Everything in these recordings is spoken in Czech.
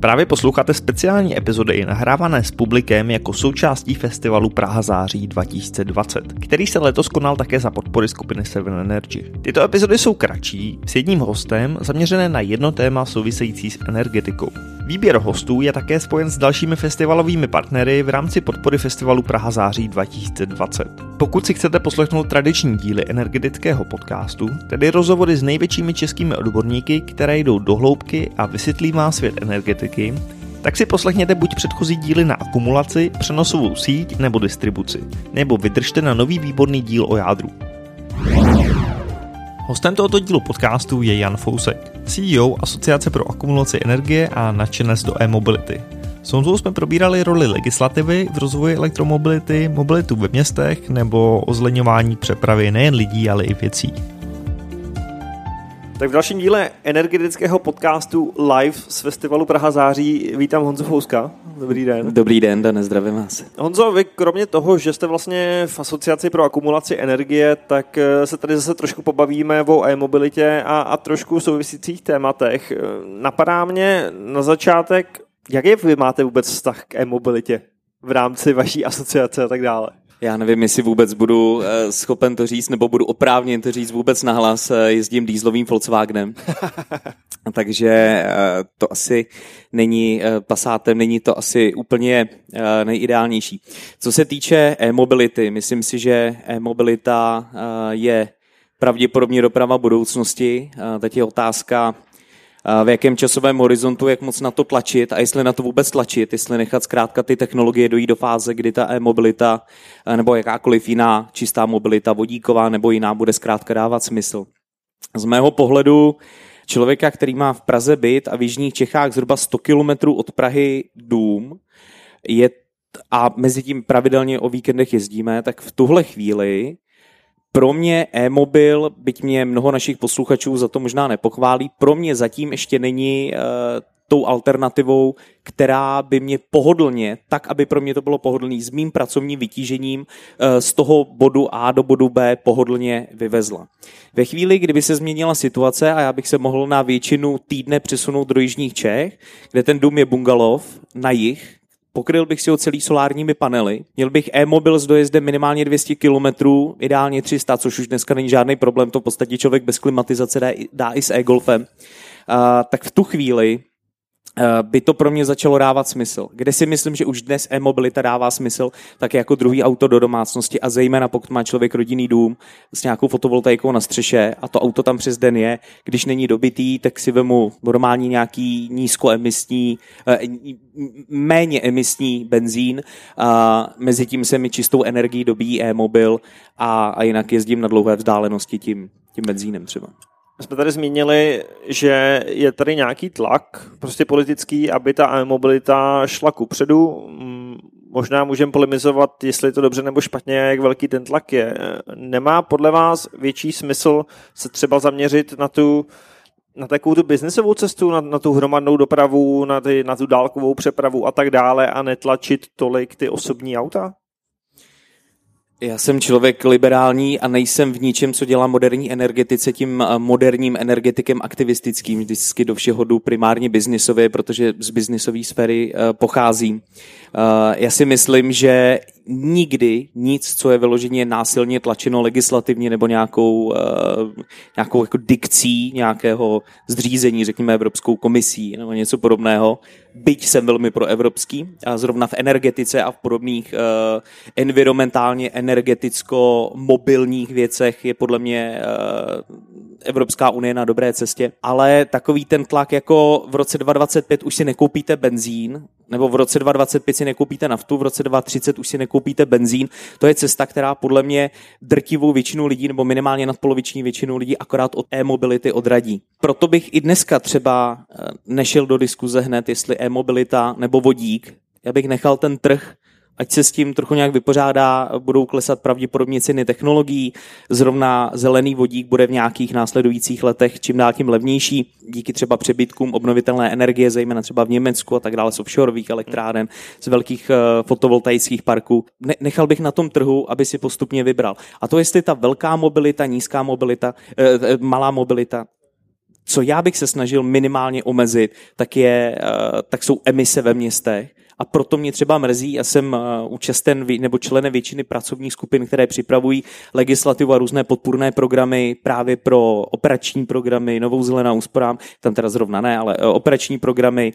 Právě posloucháte speciální epizody nahrávané s publikem jako součástí festivalu Praha září 2020, který se letos konal také za podpory skupiny Seven Energy. Tyto epizody jsou kratší, s jedním hostem, zaměřené na jedno téma související s energetikou. Výběr hostů je také spojen s dalšími festivalovými partnery v rámci podpory festivalu Praha září 2020. Pokud si chcete poslechnout tradiční díly energetického podcastu, tedy rozhovory s největšími českými odborníky, které jdou do hloubky a vysvětlí vám svět energetiky, tak si poslechněte buď předchozí díly na akumulaci, přenosovou síť nebo distribuci, nebo vydržte na nový výborný díl o jádru. Hostem tohoto dílu podcastu je Jan Fousek, CEO Asociace pro akumulaci energie a nadšenec do e-mobility. S Honzou jsme probírali roli legislativy v rozvoji elektromobility, mobilitu ve městech nebo ozeleňování přepravy nejen lidí, ale i věcí. Tak v dalším díle energetického podcastu live z festivalu Praha září vítám Honzu Fouska. Dobrý den. Dobrý den, Dane, zdravím vás. Honzo, vy kromě toho, že jste vlastně v Asociaci pro akumulaci energie, tak se tady zase trošku pobavíme o e-mobilitě a trošku souvisících tématech. Napadá mě na začátek, jaký vy máte vůbec vztah k e-mobilitě v rámci vaší asociace a tak dále? Já nevím, jestli vůbec budu schopen to říct, nebo budu oprávněn to říct vůbec nahlas. Jezdím dieselovým Volkswagenem. Takže to asi není Passatem, není to asi úplně nejideálnější. Co se týče e-mobility, myslím si, že e-mobilita je pravděpodobně doprava budoucnosti. Teď je otázka, v jakém časovém horizontu, jak moc na to tlačit a jestli na to vůbec tlačit, jestli nechat zkrátka ty technologie dojít do fáze, kdy ta e-mobilita nebo jakákoliv jiná čistá mobilita, vodíková nebo jiná, bude zkrátka dávat smysl. Z mého pohledu člověka, který má v Praze byt a v jižních Čechách zhruba 100 kilometrů od Prahy dům, a mezi tím pravidelně o víkendech jezdíme, tak v tuhle chvíli pro mě e-mobil, byť mě mnoho našich posluchačů za to možná nepochválí, pro mě zatím ještě není tou alternativou, která by mě pohodlně, tak aby pro mě to bylo pohodlný, s mým pracovním vytížením z toho bodu A do bodu B pohodlně vyvezla. Ve chvíli, kdyby se změnila situace a já bych se mohl na většinu týdne přesunout do jižních Čech, kde ten dům je bungalov na jih, pokryl bych si ho celý solárními panely, měl bych e-mobil s dojezdem minimálně 200 km, ideálně 300, což už dneska není žádný problém, to v podstatě člověk bez klimatizace dá i s e-golfem, tak v tu chvíli by to pro mě začalo dávat smysl. Kde si myslím, že už dnes e-mobilita dává smysl, tak jako druhý auto do domácnosti a zejména pokud má člověk rodinný dům s nějakou fotovoltaikou na střeše a to auto tam přes den je, když není dobitý, tak si vemu normální nějaký nízkoemisní, méně emisní benzín a mezi tím se mi čistou energií dobíjí e-mobil a jinak jezdím na dlouhé vzdálenosti tím benzínem třeba. Jsme tady zmínili, že je tady nějaký tlak prostě politický, aby ta e-mobilita šla kupředu. Možná můžeme polemizovat, jestli je to dobře nebo špatně, jak velký ten tlak je. Nemá podle vás větší smysl se třeba zaměřit na takovou tu biznesovou cestu, na tu hromadnou dopravu, na tu dálkovou přepravu a tak dále a netlačit tolik ty osobní auta? Já jsem člověk liberální a nejsem v ničem, co dělá moderní energetice, tím moderním energetikem aktivistickým. Vždycky do všeho jdu primárně biznisově, protože z biznisové sféry pocházím. Já si myslím, že nikdy nic, co je vyloženě násilně tlačeno legislativně nebo nějakou jako dikcí nějakého zřízení, řekněme Evropskou komisí nebo něco podobného, byť jsem velmi proevropský, a zrovna v energetice a v podobných environmentálně energeticko-mobilních věcech je podle mě Evropská unie na dobré cestě, ale takový ten tlak jako v roce 2025 už si nekoupíte benzín, nebo v roce 2025 si nekoupíte naftu, v roce 2030 už si nekoupíte benzín, to je cesta, která podle mě drtivou většinu lidí, nebo minimálně nadpoloviční většinu lidí akorát od e-mobility odradí. Proto bych i dneska třeba nešel do diskuze hned, jestli e-mobilita nebo vodík. Já bych nechal ten trh, ať se s tím trochu nějak vypořádá, budou klesat pravděpodobně ceny technologií, zrovna zelený vodík bude v nějakých následujících letech čím dál tím levnější, díky třeba přebytkům obnovitelné energie, zejména třeba v Německu a tak dále, z offshoreových elektráren, z velkých fotovoltaických parků. Nechal bych na tom trhu, aby si postupně vybral. A to jestli ta velká mobilita, nízká mobilita, malá mobilita, co já bych se snažil minimálně omezit, tak jsou emise ve městech. A proto mě třeba mrzí, já jsem účasten nebo členem většiny pracovních skupin, které připravují legislativu a různé podpůrné programy právě pro operační programy, Novou zelenou úsporám, tam teda zrovna ne, ale operační programy,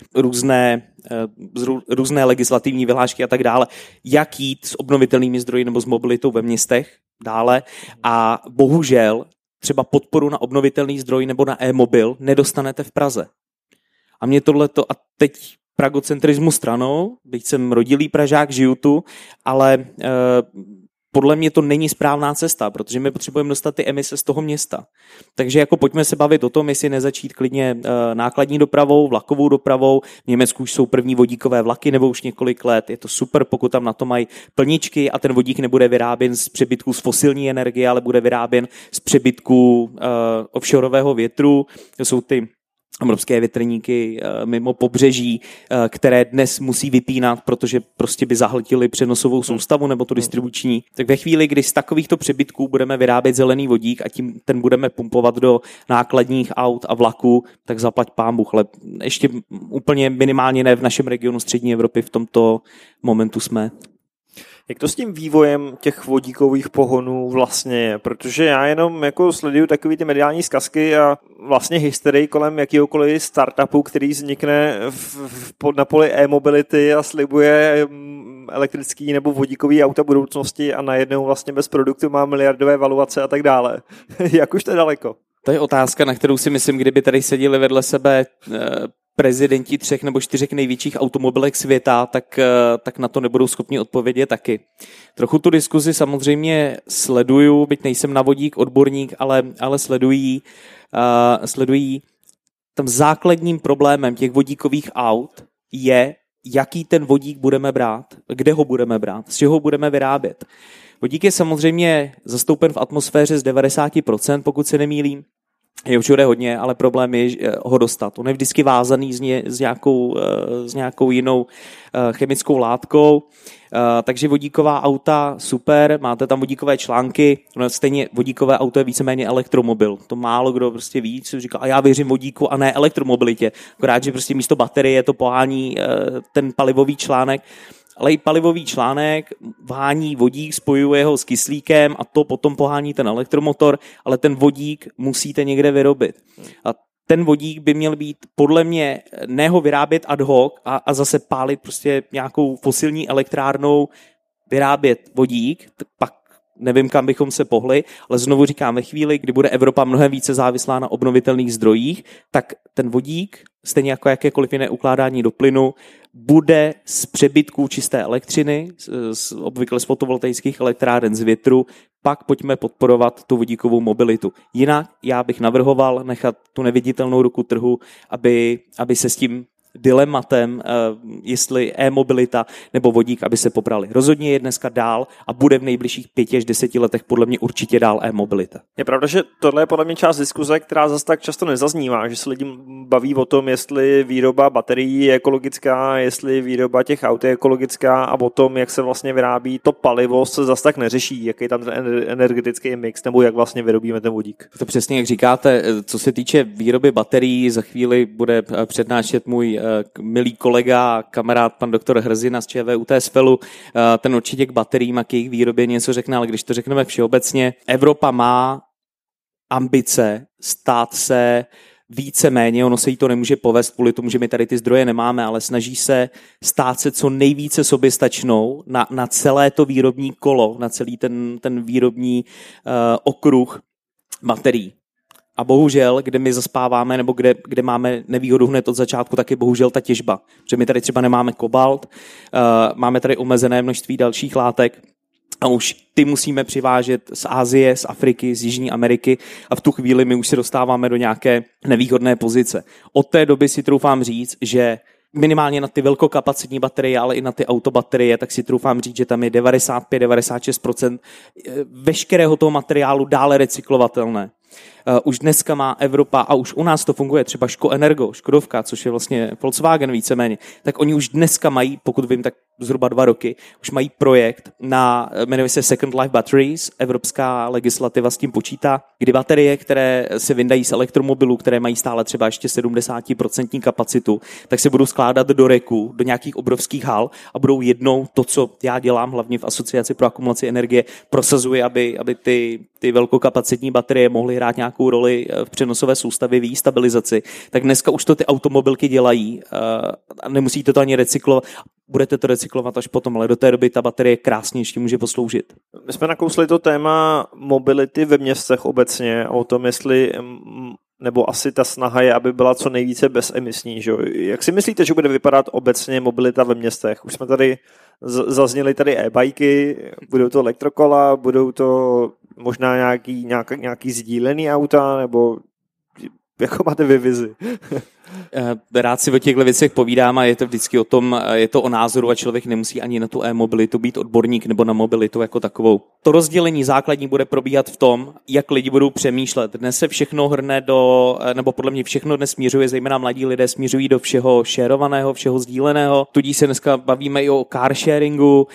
různé legislativní vyhlášky a tak dále, jak jít s obnovitelnými zdroji nebo s mobilitou ve městech dále. A bohužel třeba podporu na obnovitelný zdroj nebo na e-mobil nedostanete v Praze. A mě tohleto, a teď pragocentrismu stranou, byť jsem rodilý Pražák, žiju tu, ale podle mě to není správná cesta, protože my potřebujeme dostat ty emise z toho města. Takže jako pojďme se bavit o tom, jestli nezačít klidně nákladní dopravou, vlakovou dopravou. V Německu už jsou první vodíkové vlaky nebo už několik let. Je to super, pokud tam na to mají plničky a ten vodík nebude vyráběn z přebytků z fosilní energie, ale bude vyráběn z přebytků offshoreového větru. To jsou ty obrovské větrníky mimo pobřeží, které dnes musí vypínat, protože prostě by zahltili přenosovou soustavu nebo tu distribuční. Tak ve chvíli, kdy z takovýchto přebytků budeme vyrábět zelený vodík a tím ten budeme pumpovat do nákladních aut a vlaků, tak zaplať pánbůh. Ale ještě úplně minimálně ne v našem regionu střední Evropy v tomto momentu jsme. Jak to s tím vývojem těch vodíkových pohonů vlastně je? Protože já jenom jako sleduju takový ty mediální zkazky a vlastně hysterii kolem jakýhokoliv startupu, který vznikne na poli e-mobility a slibuje elektrický nebo vodíkový auta budoucnosti a najednou vlastně bez produktu má miliardové valuace a tak dále. Jak už to je daleko? To je otázka, na kterou si myslím, kdyby tady seděli vedle sebe prezidenti 3 nebo 4 největších automobilek světa, tak na to nebudou schopni odpovědět taky. Trochu tu diskuzi samozřejmě sleduju, byť nejsem na vodík odborník, ale sledují. Tam základním problémem těch vodíkových aut je, jaký ten vodík budeme brát, kde ho budeme brát, z čeho ho budeme vyrábět. Vodík je samozřejmě zastoupen v atmosféře z 90%, pokud se nemýlím. Je všude hodně, ale problém je ho dostat. On je vždycky vázaný s nějakou jinou chemickou látkou, takže vodíková auta super, máte tam vodíkové články, stejně vodíkové auto je víceméně elektromobil. To málo kdo prostě ví, co říká, a já věřím vodíku a ne elektromobilitě. Akorát, že prostě místo baterie to pohání ten palivový článek, ale i palivový článek vhání vodík, spojuje ho s kyslíkem a to potom pohání ten elektromotor, ale ten vodík musíte někde vyrobit. A ten vodík by měl být podle mě ne ho vyrábět ad hoc a zase pálit prostě nějakou fosilní elektrárnou, vyrábět vodík, pak nevím, kam bychom se pohli, ale znovu říkám, ve chvíli, kdy bude Evropa mnohem více závislá na obnovitelných zdrojích, tak ten vodík, stejně jako jakékoliv jiné ukládání do plynu, bude z přebytků čisté elektřiny, obvykle z fotovoltaických elektráren z větru, pak pojďme podporovat tu vodíkovou mobilitu. Jinak já bych navrhoval nechat tu neviditelnou ruku trhu, aby se s tím dilematem, jestli e-mobilita nebo vodík, aby se poprali. Rozhodně je dneska dál a bude v nejbližších 5 až 10 letech podle mě určitě dál e-mobilita. Je pravda, že tohle je podle mě část diskuze, která zase tak často nezaznívá, že se lidi baví o tom, jestli výroba baterií je ekologická, jestli výroba těch aut je ekologická a o tom, jak se vlastně vyrábí to palivo, se zase tak neřeší, jaký je tam ten energetický mix nebo jak vlastně vyrobíme ten vodík. To přesně jak říkáte, co se týče výroby baterií, za chvíli bude přednášet můj milý kolega, kamarád, pan doktor Hrzina z ČVUT z FELu, ten určitě k bateriím a k jejich výrobě něco řekne, ale když to řekneme všeobecně, Evropa má ambice stát se víceméně, ono se jí to nemůže povést kvůli tomu, že my tady ty zdroje nemáme, ale snaží se stát se co nejvíce soběstačnou na celé to výrobní kolo, na celý ten výrobní okruh baterií. A bohužel, kde my zaspáváme, nebo kde máme nevýhodu hned od začátku, tak je bohužel ta těžba. Protože my tady třeba nemáme kobalt, máme tady omezené množství dalších látek a už ty musíme přivážet z Asie, z Afriky, z Jižní Ameriky a v tu chvíli my už se dostáváme do nějaké nevýhodné pozice. Od té doby si troufám říct, že minimálně na ty velkokapacitní baterie, ale i na ty autobaterie, tak si troufám říct, že tam je 95-96% veškerého toho materiálu dále recyklovatelné. Už dneska má Evropa, a už u nás to funguje, třeba Energo, Škodovka, což je vlastně Volkswagen víceméně, tak oni už dneska mají, pokud vím, tak zhruba 2 roky, už mají projekt jmenuje se Second Life Batteries, evropská legislativa s tím počítá, kdy baterie, které se vyndají z elektromobilů, které mají stále třeba ještě 70% kapacitu, tak se budou skládat do reku, do nějakých obrovských hal a budou jednou to, co já dělám, hlavně v Asociaci pro akumulaci energie, prosazuje, aby ty velkokapacitní baterie mohly hrát nějakou roli v přenosové soustavě, v její stabilizaci. Tak dneska už to ty automobilky dělají a nemusíte to ani recyklovat. Budete to recyklovat až potom, ale do té doby ta baterie krásně ještě může posloužit. My jsme nakousli to téma mobility ve městech obecně, o tom, jestli nebo asi ta snaha je, aby byla co nejvíce bezemisní. Že? Jak si myslíte, že bude vypadat obecně mobilita ve městech? Už jsme tady zazněli tady e-bajky, budou to elektrokola, budou to možná nějaký sdílený auta, nebo jako máte vy vizi? Rád si o těchto věcech povídám a je to vždycky je to o názoru a člověk nemusí ani na tu e-mobilitu být odborník nebo na mobilitu jako takovou. To rozdělení základní bude probíhat v tom, jak lidi budou přemýšlet. Dnes se všechno hrne nebo podle mě všechno dnes směřuje, zejména mladí lidé směřují do všeho šerovaného, všeho sdíleného. Tudíž se dneska bavíme i o car sharingu,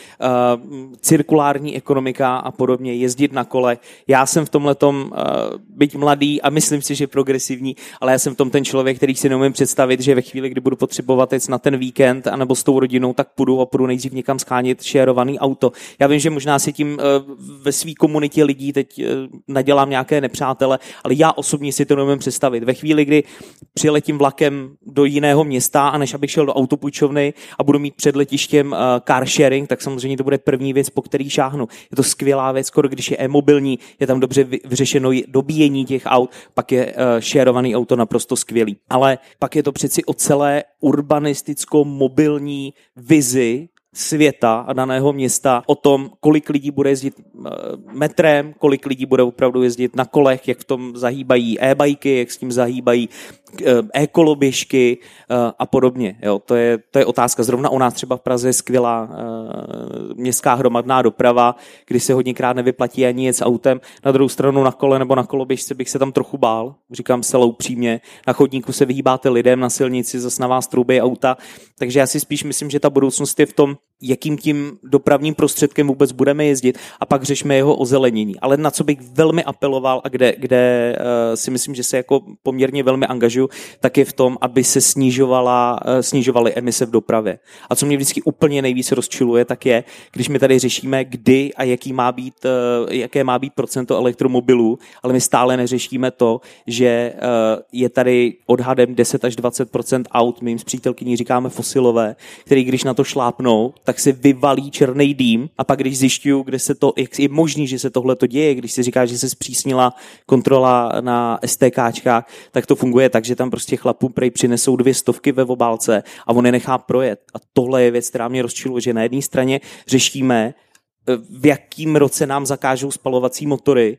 cirkulární ekonomika a podobně, jezdit na kole. Já jsem v tomhletom, byť mladý a myslím si, že progresivní, ale já jsem v tom ten člověk, který si neumím představit, že ve chvíli, kdy budu potřebovat jít na ten víkend anebo s tou rodinou, tak půjdu nejdřív někam schánit šerovaný auto. Já vím, že možná si tím ve své komunitě lidí teď nadělám nějaké nepřátele, ale já osobně si to neumím představit. Ve chvíli, kdy přiletím vlakem do jiného města a než abych šel do autopůjčovny a budu mít před letištěm car sharing, tak samozřejmě to bude první věc, po který šáhnu. Je to skvělá věc, skoro když je e-mobilní, je tam dobře vyřešeno dobíjení těch aut, pak je šerovaný auto naprosto skvělý. Ale pak je to přeci o celé urbanisticko-mobilní vizi světa a daného města, o tom, kolik lidí bude jezdit metrem, kolik lidí bude opravdu jezdit na kolech, jak v tom zahýbají e-bajky, jak s tím zahýbají e-koloběžky a podobně. Jo, to je otázka. Zrovna u nás třeba v Praze je skvělá městská hromadná doprava, kdy se hodněkrát nevyplatí ani jet s autem. Na druhou stranu na kole nebo na koloběžce bych se tam trochu bál, říkám se upřímně. Na chodníku se vyhýbáte lidem, na silnici zase na vás troubí auta. Takže já si spíš myslím, že ta budoucnost je v tom, jakým tím dopravním prostředkem vůbec budeme jezdit a pak řešme jeho ozelenění. Ale na co bych velmi apeloval a kde si myslím, že se jako poměrně velmi angažuju, tak je v tom, aby se snižovaly emise v dopravě. A co mě vždycky úplně nejvíc rozčiluje, tak je, když my tady řešíme, kdy a jaké má být procento elektromobilů, ale my stále neřešíme to, že je tady odhadem 10 až 20% aut, my jim s přítelkyní říkáme fosilové, který když na to šlápnou, tak se vyvalí černý dým a pak když zjišťuju, jak je možný, že se tohle to děje, když se říká, že se zpřísnila kontrola na STKčkách, tak to funguje tak, že tam prostě chlapům přinesou 200 ve obálce a on je nechá projet. A tohle je věc, která mě rozčiluje, že na jedné straně řešíme, v jakým roce nám zakážou spalovací motory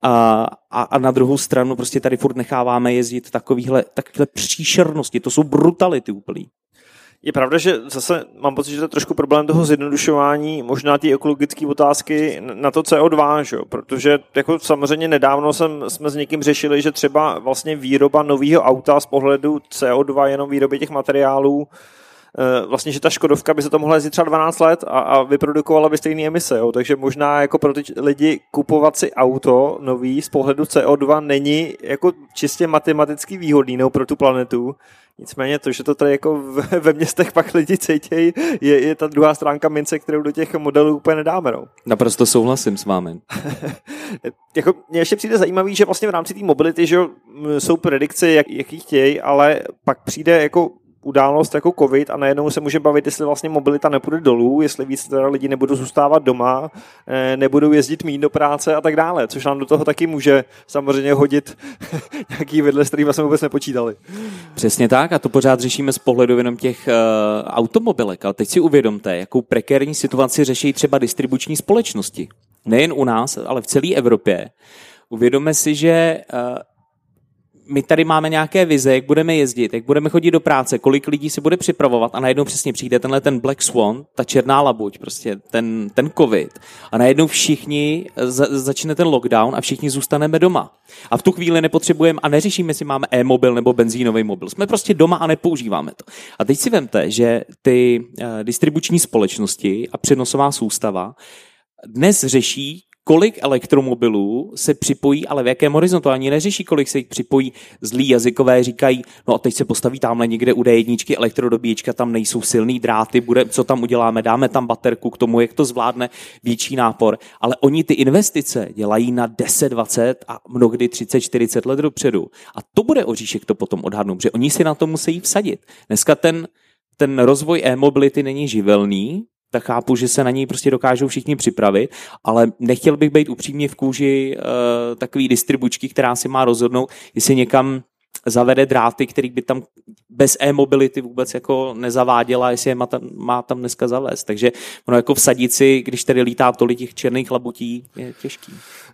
a na druhou stranu prostě tady furt necháváme jezdit takovéhle příšernosti. To jsou brutality úplný. Je pravda, že zase mám pocit, že to je trošku problém toho zjednodušování, možná ty ekologické otázky na to CO2, že? Protože jako samozřejmě nedávno jsme s někým řešili, že třeba vlastně výroba nového auta z pohledu CO2, jenom výroby těch materiálů, vlastně, že ta Škodovka by se to mohla jezdit třeba 12 let a vyprodukovala by stejné emise. Jo? Takže možná jako pro ty lidi kupovat si auto nový z pohledu CO2 není jako čistě matematicky výhodný pro tu planetu. Nicméně to, že to tady jako ve městech pak lidi cítějí, je ta druhá stránka mince, kterou do těch modelů úplně nedáme. No. Naprosto souhlasím s vámi. Jako, mně ještě přijde zajímavý, že vlastně v rámci té mobility, že jsou predikce, jaký chtějí, ale pak přijde jako událost jako covid a najednou se může bavit, jestli vlastně mobilita nepůjde dolů, jestli víc teda lidi nebudou zůstávat doma, nebudou jezdit mít do práce a tak dále, což nám do toho taky může samozřejmě hodit nějaký vidle, s kterými jsme vůbec nepočítali. Přesně tak a to pořád řešíme z pohledu jenom těch automobilek, ale teď si uvědomte, jakou prekérní situaci řeší třeba distribuční společnosti. Nejen u nás, ale v celé Evropě. Uvědomme si, že my tady máme nějaké vize, jak budeme jezdit, jak budeme chodit do práce, kolik lidí se bude připravovat a najednou přesně přijde ten Black Swan, ta černá labuť, prostě ten covid a najednou všichni začne ten lockdown a všichni zůstaneme doma. A v tu chvíli nepotřebujeme a neřešíme, jestli máme e-mobil nebo benzínový mobil. Jsme prostě doma a nepoužíváme to. A teď si vemte, že ty distribuční společnosti a přenosová soustava dnes řeší, kolik elektromobilů se připojí, ale v jakém horizontu. Ani neřeší, kolik se jich připojí. Zlí jazykové říkají, no a teď se postaví tamhle někde u D1 elektrodobíječka, tam nejsou silný dráty, co tam uděláme, dáme tam baterku k tomu, jak to zvládne větší nápor. Ale oni ty investice dělají na 10, 20 a mnohdy 30, 40 let dopředu. A to bude oříšek to potom odhadnout, protože oni si na to musí vsadit. Dneska ten rozvoj e-mobility není živelný, tak chápu, že se na něj prostě dokážou všichni připravit, ale nechtěl bych být upřímně v kůži takový distribučky, která si má rozhodnout, jestli někam zavede dráty, který by tam bez e-mobility vůbec jako nezaváděla, jestli je má tam dneska zavést. Takže ono jako vsadit si, když tady lítá tolik těch černých labutí, je těžký.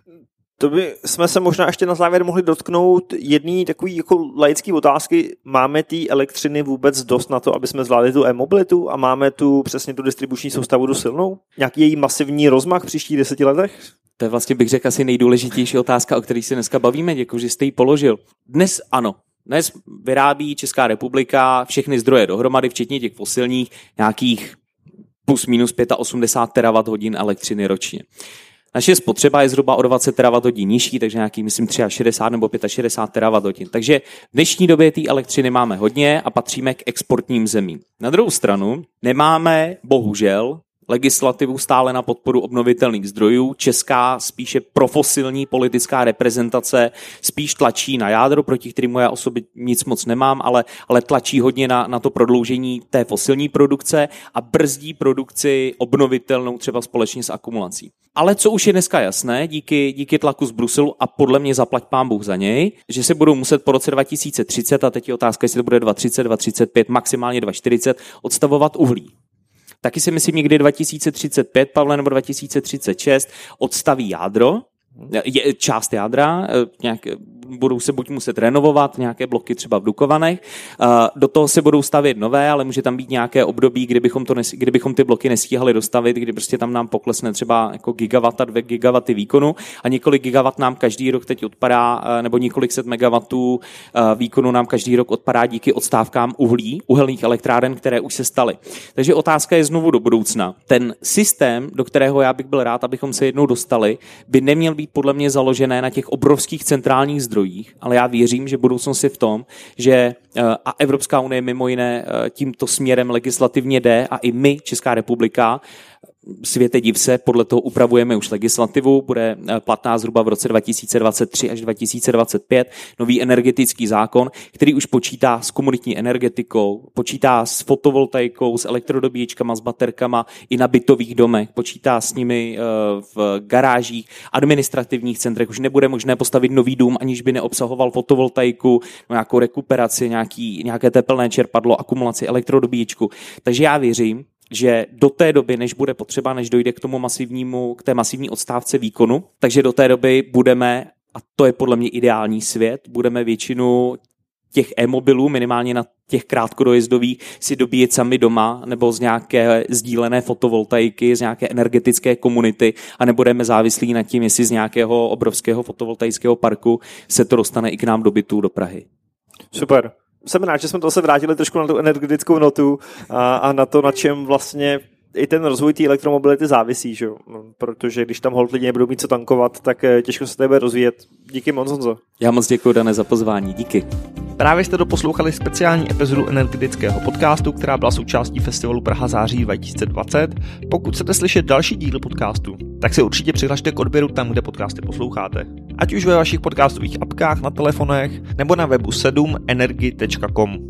To by jsme se možná ještě na závěr mohli dotknout jedné takové jako laické otázky. Máme té elektřiny vůbec dost na to, aby jsme zvládli tu e-mobilitu a máme tu přesně tu distribuční soustavu do silnou? Nějaký její masivní rozmach v příštích 10 letech? To je vlastně, bych řekl, asi nejdůležitější otázka, o které se dneska bavíme. Děkuji, že jste ji položil. Dnes ano. Dnes vyrábí Česká republika všechny zdroje dohromady, včetně těch fosilních, nějakých plus minus 85 terawatt-hodin elektřiny ročně. Naše spotřeba je zhruba o 20 terawatt-hodin nižší, takže nějaký, myslím, 63 nebo 65 terawatt-hodin. Takže v dnešní době té elektřiny máme hodně a patříme k exportním zemím. Na druhou stranu nemáme, bohužel, legislativu stále na podporu obnovitelných zdrojů. Česká spíše profosilní politická reprezentace spíš tlačí na jádro, proti kterému já osobně nic moc nemám, ale tlačí hodně na to prodloužení té fosilní produkce a brzdí produkci obnovitelnou třeba společně s akumulací. Ale co už je dneska jasné, díky tlaku z Bruselu a podle mě zaplať pán Bůh za něj, že se budou muset po roce 2030, a teď je otázka, jestli to bude 2030, 2035, maximálně 2040, odstavovat uhlí. Taky si myslím někdy 2035, Pavle, nebo 2036 odstaví jádro, část jádra, budou se buď muset renovovat nějaké bloky třeba v Dukovanech, do toho se budou stavět nové, ale může tam být nějaké období, kdybychom ty bloky nestíhali dostavit, kdy prostě tam nám poklesne třeba jako gigawatt, 2 gigawaty výkonu a několik gigawatt nám každý rok teď odpadá, nebo několik set megawatů výkonu nám každý rok odpadá díky odstávkám uhelných elektráren, které už se staly. Takže otázka je znovu do budoucna. Ten systém, do kterého já bych byl rád, abychom se jednou dostali, by neměl být podle mě založené na těch obrovských centrálních zdrojích, ale já věřím, že budoucnost je v tom, že a Evropská unie mimo jiné tímto směrem legislativně jde a i my, Česká republika, světe div se, podle toho upravujeme už legislativu, bude platná zhruba v roce 2023 až 2025, nový energetický zákon, který už počítá s komunitní energetikou, počítá s fotovoltaikou, s elektrodobíječkama, s baterkama i na bytových domech, počítá s nimi v garážích, administrativních centrech, už nebude možné postavit nový dům, aniž by neobsahoval fotovoltaiku, nějakou rekuperaci, nějaké tepelné čerpadlo, akumulaci, elektrodobíječku. Takže já věřím, že do té doby, než bude potřeba, než dojde k té masivní odstávce výkonu, takže do té doby budeme, a to je podle mě ideální svět, budeme většinu těch e-mobilů, minimálně na těch krátkodojezdových, si dobíjet sami doma nebo z nějaké sdílené fotovoltaiky, z nějaké energetické komunity a nebudeme závislí nad tím, jestli z nějakého obrovského fotovoltaického parku se to dostane i k nám do bytů do Prahy. Super. Jsem rád, že jsme to zase vrátili trošku na tu energetickou notu a na to, na čem vlastně i ten rozvoj té elektromobility závisí, že? Protože když tam holt lidi nebudou mít co tankovat, tak těžko se to bude rozvíjet. Díky moc, Honzo. Já moc děkuji, Dane, za pozvání. Díky. Právě jste doposlouchali speciální epizodu energetického podcastu, která byla součástí festivalu Praha září 2020. Pokud chcete slyšet další díly podcastu, tak se určitě přihlašte k odběru tam, kde podcasty posloucháte. Ať už ve vašich podcastových apkách na telefonech, nebo na webu 7energy.com.